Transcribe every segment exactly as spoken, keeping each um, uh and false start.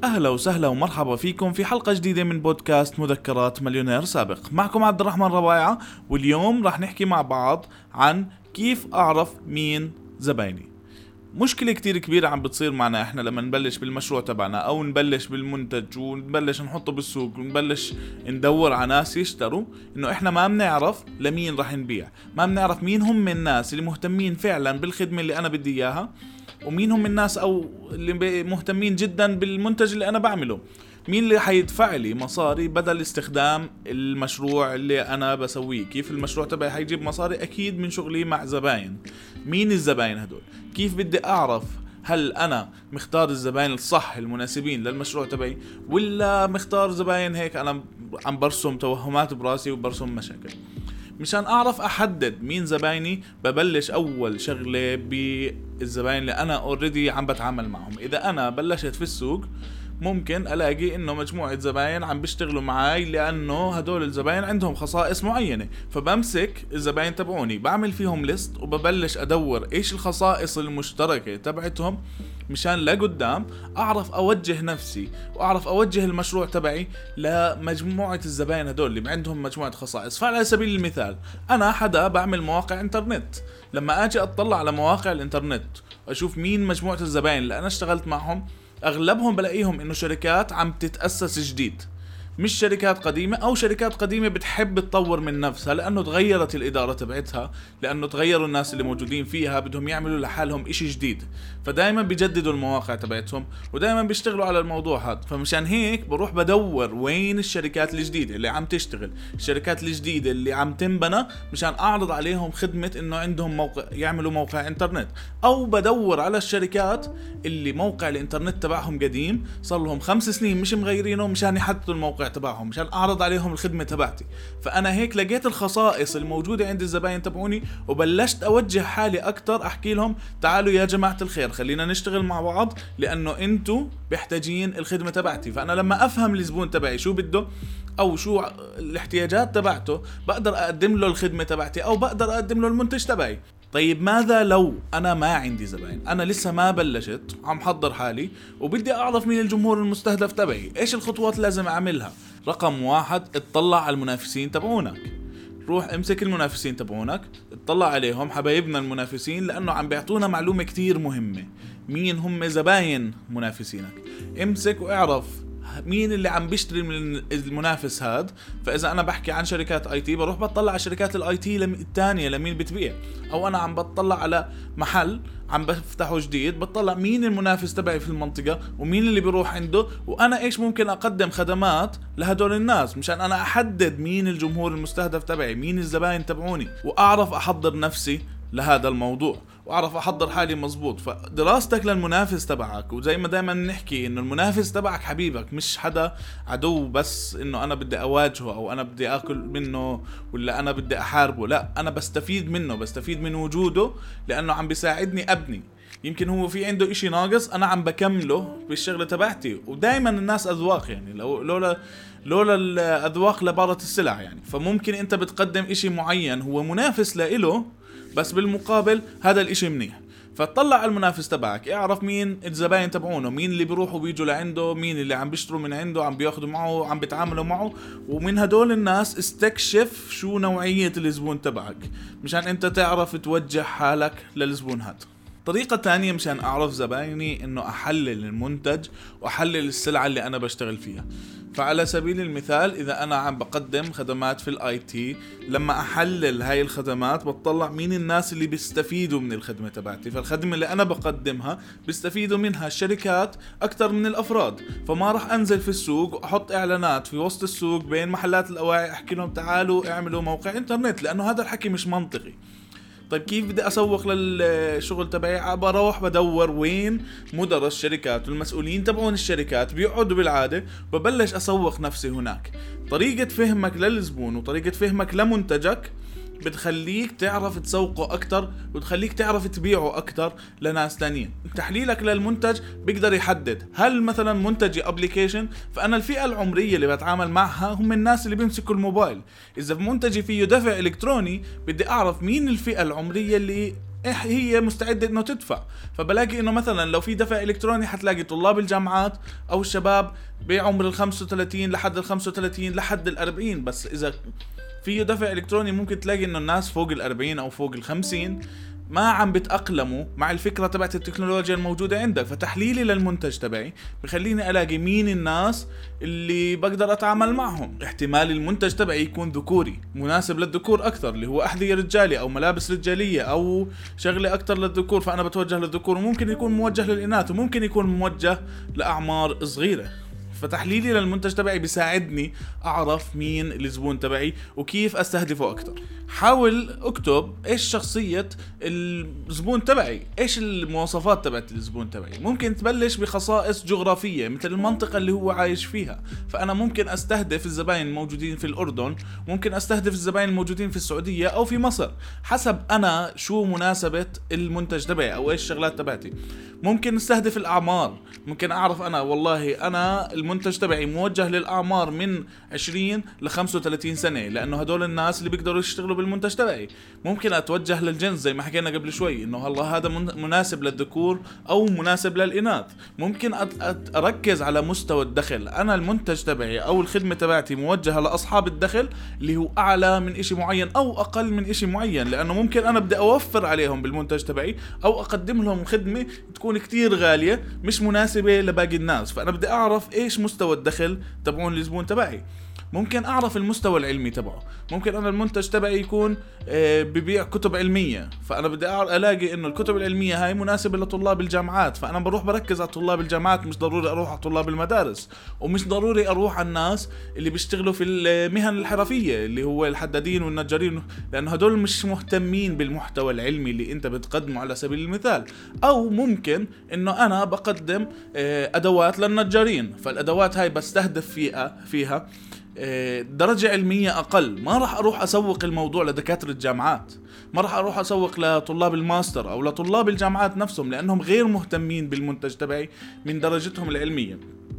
أهلا وسهلا ومرحبا فيكم في حلقة جديدة من بودكاست مذكرات مليونير سابق. معكم عبد الرحمن ربايعة، واليوم راح نحكي مع بعض عن كيف أعرف مين زبايني. مشكلة كتير كبيرة عم بتصير معنا إحنا لما نبلش بالمشروع تبعنا أو نبلش بالمنتج ونبلش نحطه بالسوق ونبلش ندور على ناس يشتروا، إنه إحنا ما بنعرف لمين راح نبيع، ما بنعرف مين هم الناس اللي مهتمين فعلا بالخدمة اللي أنا بدي إياها، ومين هم الناس أو اللي مهتمين جدا بالمنتج اللي أنا بعمله، مين اللي حيدفع لي مصاري بدل استخدام المشروع اللي أنا بسويه. كيف المشروع تبعي حيجيب مصاري؟ أكيد من شغلي مع زباين. مين الزباين هدول؟ كيف بدي أعرف هل أنا مختار الزباين الصح المناسبين للمشروع تبعي، ولا مختار زباين هيك أنا عم برسم توهمات براسي وبرسم مشاكل؟ مشان أعرف أحدد مين زبايني ببلش أول شغلة بالزباين اللي أنا أوريدي عم بتعامل معهم. إذا أنا بلشت في السوق ممكن ألاقي إنه مجموعة زباين عم بيشتغلوا معاي لأنه هدول الزباين عندهم خصائص معينة، فبمسك الزباين تبعوني بعمل فيهم ليست وببلش أدور إيش الخصائص المشتركة تبعتهم، مشان لقدام أعرف أوجه نفسي وأعرف أوجه المشروع تبعي لمجموعة الزباين هدول اللي عندهم مجموعة خصائص. فعلى سبيل المثال أنا حدا بعمل مواقع انترنت، لما أجي أطلع على مواقع الانترنت أشوف مين مجموعة الزباين اللي أنا اشتغلت معهم، أغلبهم بلاقيهم إنه شركات عم تتأسس جديد، مش شركات قديمة أو شركات قديمة بتحب تطور من نفسها لأنه تغيرت الإدارة تبعتها، لأنه تغيروا الناس اللي موجودين فيها، بدهم يعملوا لحالهم إشي جديد، فدايما بيجددوا المواقع تبعتهم ودايما بيشتغلوا على الموضوع هذا. فمشان هيك بروح بدور وين الشركات الجديدة اللي عم تشتغل، الشركات الجديدة اللي عم تنبنى، مشان أعرض عليهم خدمة إنه عندهم موقع يعملوا موقع إنترنت. أو بدور على الشركات اللي موقع الإنترنت تبعهم قديم صار لهم خمس سنين مش مغيرينه، مشان يحدثوا الموقع تبعهم مشان أعرض عليهم الخدمة تبعتي. فأنا هيك لقيت الخصائص الموجودة عند الزباين تبعوني وبلشت أوجه حالي أكتر، أحكي لهم تعالوا يا جماعة الخير خلينا نشتغل مع بعض لأنه أنتوا بيحتاجين الخدمة تبعتي. فأنا لما أفهم الزبون تبعي شو بده أو شو الاحتياجات تبعته بقدر أقدم له الخدمة تبعتي أو بقدر أقدم له المنتج تبعي. طيب ماذا لو أنا ما عندي زباين؟ أنا لسه ما بلشت، عم حضر حالي وبدي أعرف مين الجمهور المستهدف تبعي. إيش الخطوات لازم أعملها؟ رقم واحد، اطلع على المنافسين تبعونك. روح امسك المنافسين تبعونك، اطلع عليهم حبايبنا المنافسين، لأنه عم بيعطونا معلومة كتير مهمة. مين هم زباين منافسينك؟ امسك واعرف مين اللي عم بيشتري من المنافس هاد. فإذا أنا بحكي عن شركات آي تي بروح بطلع على شركات الآي تي الثانية لمين بتبيع، أو أنا عم بطلع على محل عم بفتحه جديد بطلع مين المنافس تبعي في المنطقة ومين اللي بيروح عنده، وأنا إيش ممكن أقدم خدمات لهدول الناس، مشان أنا أحدد مين الجمهور المستهدف تبعي، مين الزباين تبعوني، وأعرف أحضر نفسي لهذا الموضوع وأعرف أحضر حالي مزبوط. فدراستك للمنافس تبعك، وزي ما دايما نحكي إنه المنافس تبعك حبيبك مش حدا عدو بس إنه أنا بدي أواجهه أو أنا بدي أكل منه ولا أنا بدي أحاربه، لا، أنا بستفيد منه، بستفيد من وجوده لأنه عم بيساعدني أبني. يمكن هو في عنده إشي ناقص أنا عم بكمله بالشغلة تبعتي. ودايما الناس أذواق، يعني لو لولا لولا الأذواق لبارت السلع يعني. فممكن أنت بتقدم إشي معين هو منافس لإله، بس بالمقابل هذا الاشي منيح. فتطلع على المنافس تبعك، اعرف مين الزباين تبعونه، مين اللي بيروحوا بيجوا لعنده، مين اللي عم بيشتروا من عنده، عم بياخدوا معه، عم بيتعاملوا معه. ومن هدول الناس استكشف شو نوعية الزبون تبعك مشان انت تعرف توجه حالك للزبون هذا. طريقة تانية مشان أعرف زبايني إنه أحلل المنتج وأحلل السلعة اللي أنا بشتغل فيها. فعلى سبيل المثال إذا أنا عم بقدم خدمات في الآي تي، لما أحلل هاي الخدمات بتطلع مين الناس اللي بيستفيدوا من الخدمة تبعتي. فالخدمة اللي أنا بقدمها بيستفيدوا منها الشركات أكتر من الأفراد، فما رح أنزل في السوق وأحط إعلانات في وسط السوق بين محلات الأواعي أحكي لهم تعالوا اعملوا موقع إنترنت، لأنه هذا الحكي مش منطقي. طيب كيف بدي أسوق للشغل تبعي؟ بروح بدور وين مدراء الشركات والمسؤولين تبعون الشركات بيقعدوا بالعادة، ببلش أسوق نفسي هناك. طريقة فهمك للزبون وطريقة فهمك لمنتجك بتخليك تعرف تسوقه أكتر وتخليك تعرف تبيعه أكتر لناس تانيين. تحليلك للمنتج بيقدر يحدد هل مثلا منتجي أبليكيشن، فأنا الفئة العمرية اللي بتعامل معها هم الناس اللي بيمسكوا الموبايل. إذا منتجي فيه دفع إلكتروني بدي أعرف مين الفئة العمرية اللي هي مستعدة انه تدفع. فبلاقي انه مثلا لو في دفع الكتروني حتلاقي طلاب الجامعات او الشباب بعمر ال خمسة وثلاثين لحد ال خمسة وثلاثين لحد ال أربعين، بس اذا في دفع الكتروني ممكن تلاقي انه الناس فوق ال أربعين او فوق ال خمسين ما عم بتأقلموا مع الفكرة تبعت التكنولوجيا الموجودة عندك. فتحليلي للمنتج تبعي بخليني ألاقي مين الناس اللي بقدر أتعامل معهم. احتمال المنتج تبعي يكون ذكوري مناسب للذكور أكثر، اللي هو أحذية رجالي أو ملابس رجالية أو شغلة أكثر للذكور، فأنا بتوجه للذكور. وممكن يكون موجه للإناث وممكن يكون موجه لأعمار صغيرة. فتحليلي للمنتج تبعي بيساعدني أعرف مين الزبون تبعي وكيف أستهدفه أكتر. حاول أكتب إيش شخصية الزبون تبعي، إيش المواصفات تبعت الزبون تبعي. ممكن تبلش بخصائص جغرافية مثل المنطقة اللي هو عايش فيها، فأنا ممكن أستهدف الزبائن الموجودين في الأردن، ممكن أستهدف الزبائن الموجودين في السعودية أو في مصر، حسب أنا شو مناسبة المنتج تبعي أو إيش الشغلات تبعتي. ممكن استهدف الأعمار، ممكن أعرف أنا والله أنا المنتج تبعي موجه للأعمار من عشرين ل خمسة وثلاثين سنة، لأنه هدول الناس اللي بيقدروا يشتغلوا بالمنتج تبعي. ممكن أتوجه للجنس زي ما حكينا قبل شوي، إنه الله هذا مناسب للذكور أو مناسب للإناث. ممكن أركز على مستوى الدخل، أنا المنتج تبعي أو الخدمة تبعتي موجهة لأصحاب الدخل اللي هو أعلى من إشي معين أو أقل من إشي معين، لأنه ممكن أنا بدي أوفر عليهم بالمنتج تبعي أو أقدم لهم خدمة تكون كتير غالية مش مناسبة لباقي الناس. فأنا بدي أعرف إيش مستوى الدخل تبعون الزبون تبعي. ممكن أعرف المستوى العلمي تبعه، ممكن أنا المنتج تبعي يكون ببيع كتب علمية، فأنا بدي ألاقي إنه الكتب العلمية هاي مناسبة لطلاب الجامعات، فأنا بروح بركز على طلاب الجامعات، مش ضروري أروح على طلاب المدارس، ومش ضروري أروح على الناس اللي بيشتغلوا في المهن الحرفية اللي هو الحدادين والنجارين، لأن هدول مش مهتمين بالمحتوى العلمي اللي أنت بتقدمه على سبيل المثال. أو ممكن إنه أنا بقدم أدوات للنجارين، فالأدوات هاي بستهدف فيها فيها درجة علمية أقل. ما راح أروح أسوق الموضوع لدكاترة الجامعات، ما راح أروح أسوق لطلاب الماستر أو لطلاب الجامعات نفسهم، لأنهم غير مهتمين بالمنتج تبعي من درجتهم العلمية.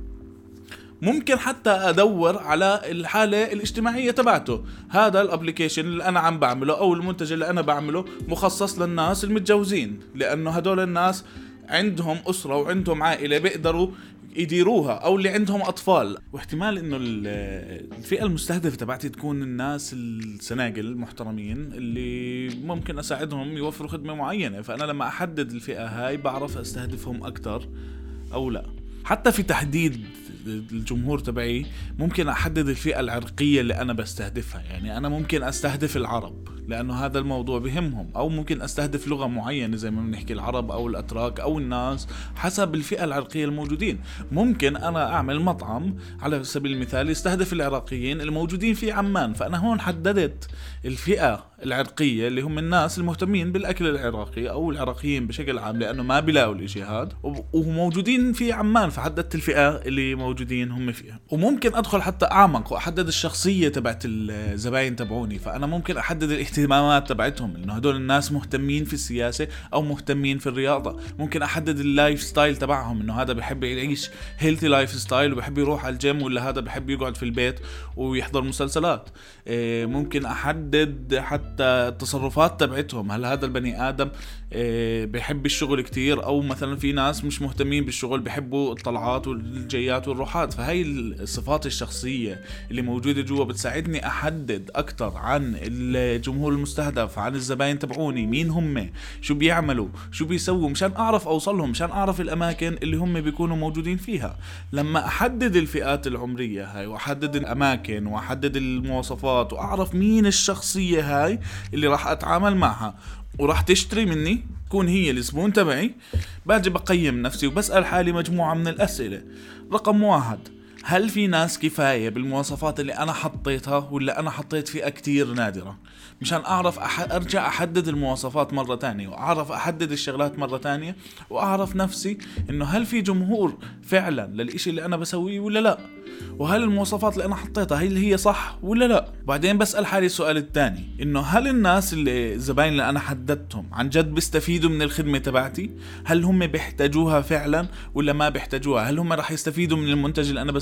ممكن حتى أدور على الحالة الاجتماعية تبعته، هذا الابليكيشن اللي أنا عم بعمله أو المنتج اللي أنا بعمله مخصص للناس المتجوزين، لأنه هدول الناس عندهم أسرة وعندهم عائلة بيقدروا يديروها، او اللي عندهم اطفال. واحتمال انه الفئة المستهدفة تبعتي تكون الناس السناقل المحترمين اللي ممكن اساعدهم يوفروا خدمة معينة، فانا لما احدد الفئة هاي بعرف استهدفهم اكتر او لا. حتى في تحديد الجمهور تبعي ممكن احدد الفئة العرقية اللي انا بستهدفها، يعني انا ممكن استهدف العرب لانه هذا الموضوع بهمهم، او ممكن استهدف لغة معينة زي ما بنحكي العرب او الاتراك او الناس، حسب الفئة العرقية الموجودين. ممكن انا اعمل مطعم على سبيل المثال يستهدف العراقيين الموجودين في عمان، فانا هون حددت الفئة العرقية اللي هم الناس المهتمين بالاكل العراقي او العراقيين بشكل عام، لانه ما بيلاقوا الاشي هذا وموجودين في عمان، فحددت الفئة اللي موجودين هم فيها. وممكن ادخل حتى اعمق واحدد الشخصية تبعت الزباين تبعوني، فانا ممكن احدد الاهتمامات تبعتهم، انه هدول الناس مهتمين في السياسة او مهتمين في الرياضة. ممكن احدد اللايف ستايل تبعهم، انه هذا بحب يعيش هيلثي لايف ستايل وبحب يروح على الجيم، ولا هذا بحب يقعد في البيت ويحضر مسلسلات. ممكن احدد حتى التصرفات تبعتهم، هل هذا البني ادم بحب الشغل كتير، او مثلا في ناس مش مهتمين بالشغل بحبوا الطلعات والجيات والروحات. فهي الصفات الشخصية اللي موجودة جوا بتساعدني احدد اكتر عن الجمهور المستهدف، عن الزباين تبعوني، مين هم، شو بيعملوا، شو بيسووا، مشان اعرف اوصلهم، مشان اعرف الاماكن اللي هم بيكونوا موجودين فيها. لما احدد الفئات العمرية هاي واحدد الاماكن واحدد المواصفات واعرف مين الشخصية هاي اللي راح اتعامل معها وراح تشتري مني تكون هي الزبون تبعي، باجي بقيم نفسي وبسأل حالي مجموعة من الأسئلة. رقم واحد، هل في ناس كفاية بالمواصفات اللي أنا حطيتها، ولا أنا حطيت فئة كتير نادرة؟ مشان أعرف أح- أرجع أحدد المواصفات مرة تانية، وأعرف أحدد الشغلات مرة تانية، وأعرف نفسي إنه هل في جمهور فعلا للإشي اللي أنا بسويه ولا لا، وهل المواصفات اللي أنا حطيتها هل هي صح ولا لا. بعدين بسأل حالي السؤال الثاني، إنه هل الناس اللي الزباين اللي أنا حددتهم عن جد بيستفيدوا من الخدمة تبعتي؟ هل هم بيحتاجوها فعلا ولا ما بيحتاجوها؟ هل هم راح يستفيدوا من المنتج اللي أنا بسويه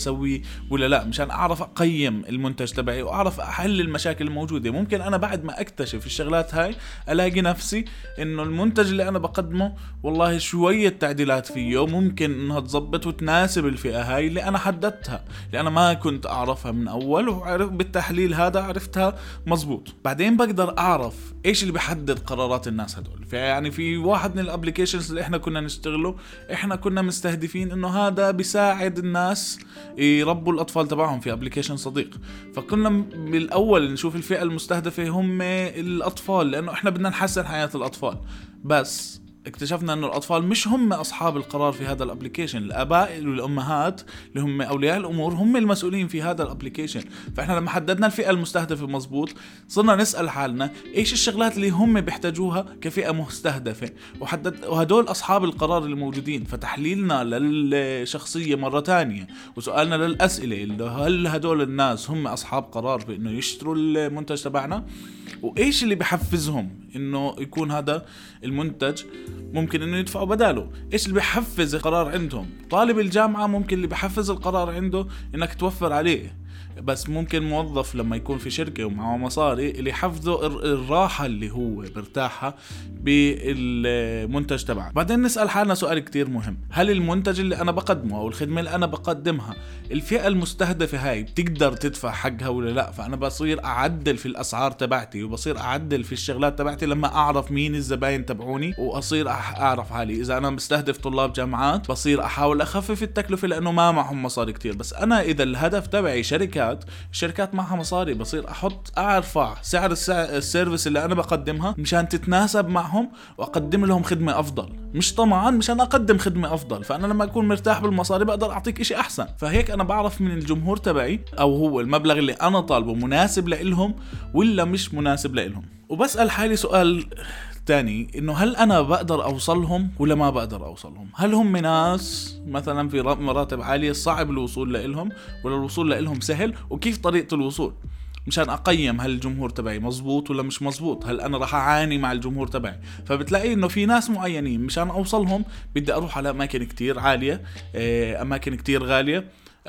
اسويه ولا لا، مشان اعرف اقيم المنتج تبعي واعرف احل المشاكل الموجودة. ممكن انا بعد ما اكتشف الشغلات هاي الاقي نفسي انه المنتج اللي انا بقدمه والله شوية تعديلات فيه ممكن انها تزبط وتناسب الفئة هاي اللي انا حددتها، اللي انا ما كنت اعرفها من اول، وعرف بالتحليل هذا عرفتها مزبوط. بعدين بقدر اعرف ايش اللي بيحدد قرارات الناس هدول. يعني في واحد من الابليكيشنز اللي احنا كنا نشتغله، احنا كنا مستهدفين انه هذا بيساعد الناس يربوا الاطفال تبعهم في ابليكيشن صديق. فكنا بالاول نشوف الفئة المستهدفة هم الاطفال، لانه احنا بدنا نحسن حياة الاطفال. بس اكتشفنا انه الاطفال مش هم اصحاب القرار في هذا الابليكيشن، الاباء والامهات اللي هم اولياء الامور هم المسؤولين في هذا الابليكيشن. فاحنا لما حددنا الفئة المستهدفة مزبوط صرنا نسأل حالنا ايش الشغلات اللي هم بيحتاجوها كفئة مستهدفة، وحدد وهدول اصحاب القرار الموجودين. فتحليلنا للشخصية مرة تانية وسؤالنا للأسئلة اللي هل هدول الناس هم اصحاب قرار بانه يشتروا المنتج تبعنا، وايش اللي بحفزهم انه يكون هذا المنتج ممكن انه يدفعوا بداله، ايش اللي بيحفز القرار عندهم. طالب الجامعة ممكن اللي بيحفز القرار عنده انك توفر عليه، بس ممكن موظف لما يكون في شركة ومعه مصاري اللي يحفظه الراحة اللي هو برتاحها بالمنتج تبعه. بعدين نسأل حالنا سؤال كتير مهم، هل المنتج اللي أنا بقدمه أو الخدمة اللي أنا بقدمها الفئة المستهدفة هاي بتقدر تدفع حقها ولا لا؟ فأنا بصير أعدل في الأسعار تبعتي وبصير أعدل في الشغلات تبعتي لما أعرف مين الزباين تبعوني، وأصير أعرف حالي إذا أنا مستهدف طلاب جامعات بصير أحاول أخفف التكلفة لأنه ما معهم مصاري كتير. بس أنا إذا الهدف تبعي شركة الشركات معها مصاري بصير احط ارفع سعر السيرفيس اللي انا بقدمها مشان تتناسب معهم واقدم لهم خدمة افضل، مش طمعا مشان اقدم خدمة افضل. فانا لما اكون مرتاح بالمصاري بقدر اعطيك اشي احسن. فهيك انا بعرف من الجمهور تبعي او هو المبلغ اللي انا طالبه مناسب لإلهم ولا مش مناسب لإلهم. وبسأل حالي سؤال تاني، انه هل انا بقدر اوصلهم ولا ما بقدر اوصلهم؟ هل هم ناس مثلا في مراتب عالية صعب الوصول لإلهم ولا الوصول لإلهم سهل؟ وكيف طريقة الوصول مشان اقيم هل الجمهور تبعي مزبوط ولا مش مزبوط، هل انا راح اعاني مع الجمهور تبعي. فبتلاقي انه في ناس معينين مشان اوصلهم بدي اروح على اماكن كتير عالية، اماكن كتير غالية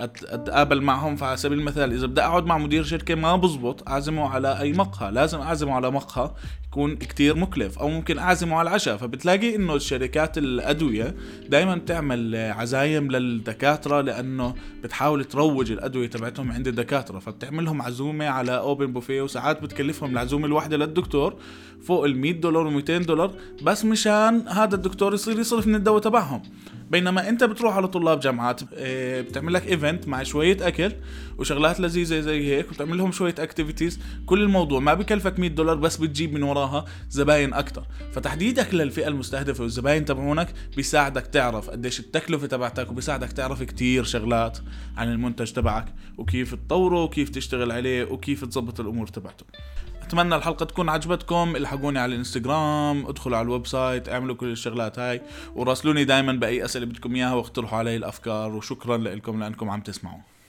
اتقابل معهم. فعلى سبيل المثال اذا بدي اقعد مع مدير شركة ما بزبط اعزمه على اي مقهى، لازم اعزمه على مقهى يكون كتير مكلف، او ممكن اعزمه على العشاء. فبتلاقي انه الشركات الادوية دايما تعمل عزايم للدكاترة لانه بتحاول تروج الادوية تبعتهم عند الدكاترة، فبتعملهم عزومة على اوبن بوفيه، وساعات بتكلفهم العزومة الواحدة للدكتور فوق المية دولار ومئتين دولار بس مشان هذا الدكتور يصير يصرف من الدواء تبعهم. بينما انت بتروح على طلاب جامعات بتعمل لك ايفنت مع شوية اكل وشغلات لذيذة زي هيك وبتعمل لهم شوية اكتيفيتيز، كل الموضوع ما بكلفك مية دولار بس بتجيب من وراها زباين اكتر. فتحديدك للفئة المستهدفة والزباين تبعونك بيساعدك تعرف قديش التكلفة تبعتك، وبيساعدك تعرف كتير شغلات عن المنتج تبعك وكيف تطوره وكيف تشتغل عليه وكيف تضبط الامور تبعته. اتمنى الحلقة تكون عجبتكم. الحقوني على الانستغرام، ادخلوا على الويب سايت، اعملوا كل الشغلات هاي، وراسلوني دايما بأي أسئلة بدكم اياها واقترحوا علي الافكار. وشكرا لكم لانكم عم تسمعوا.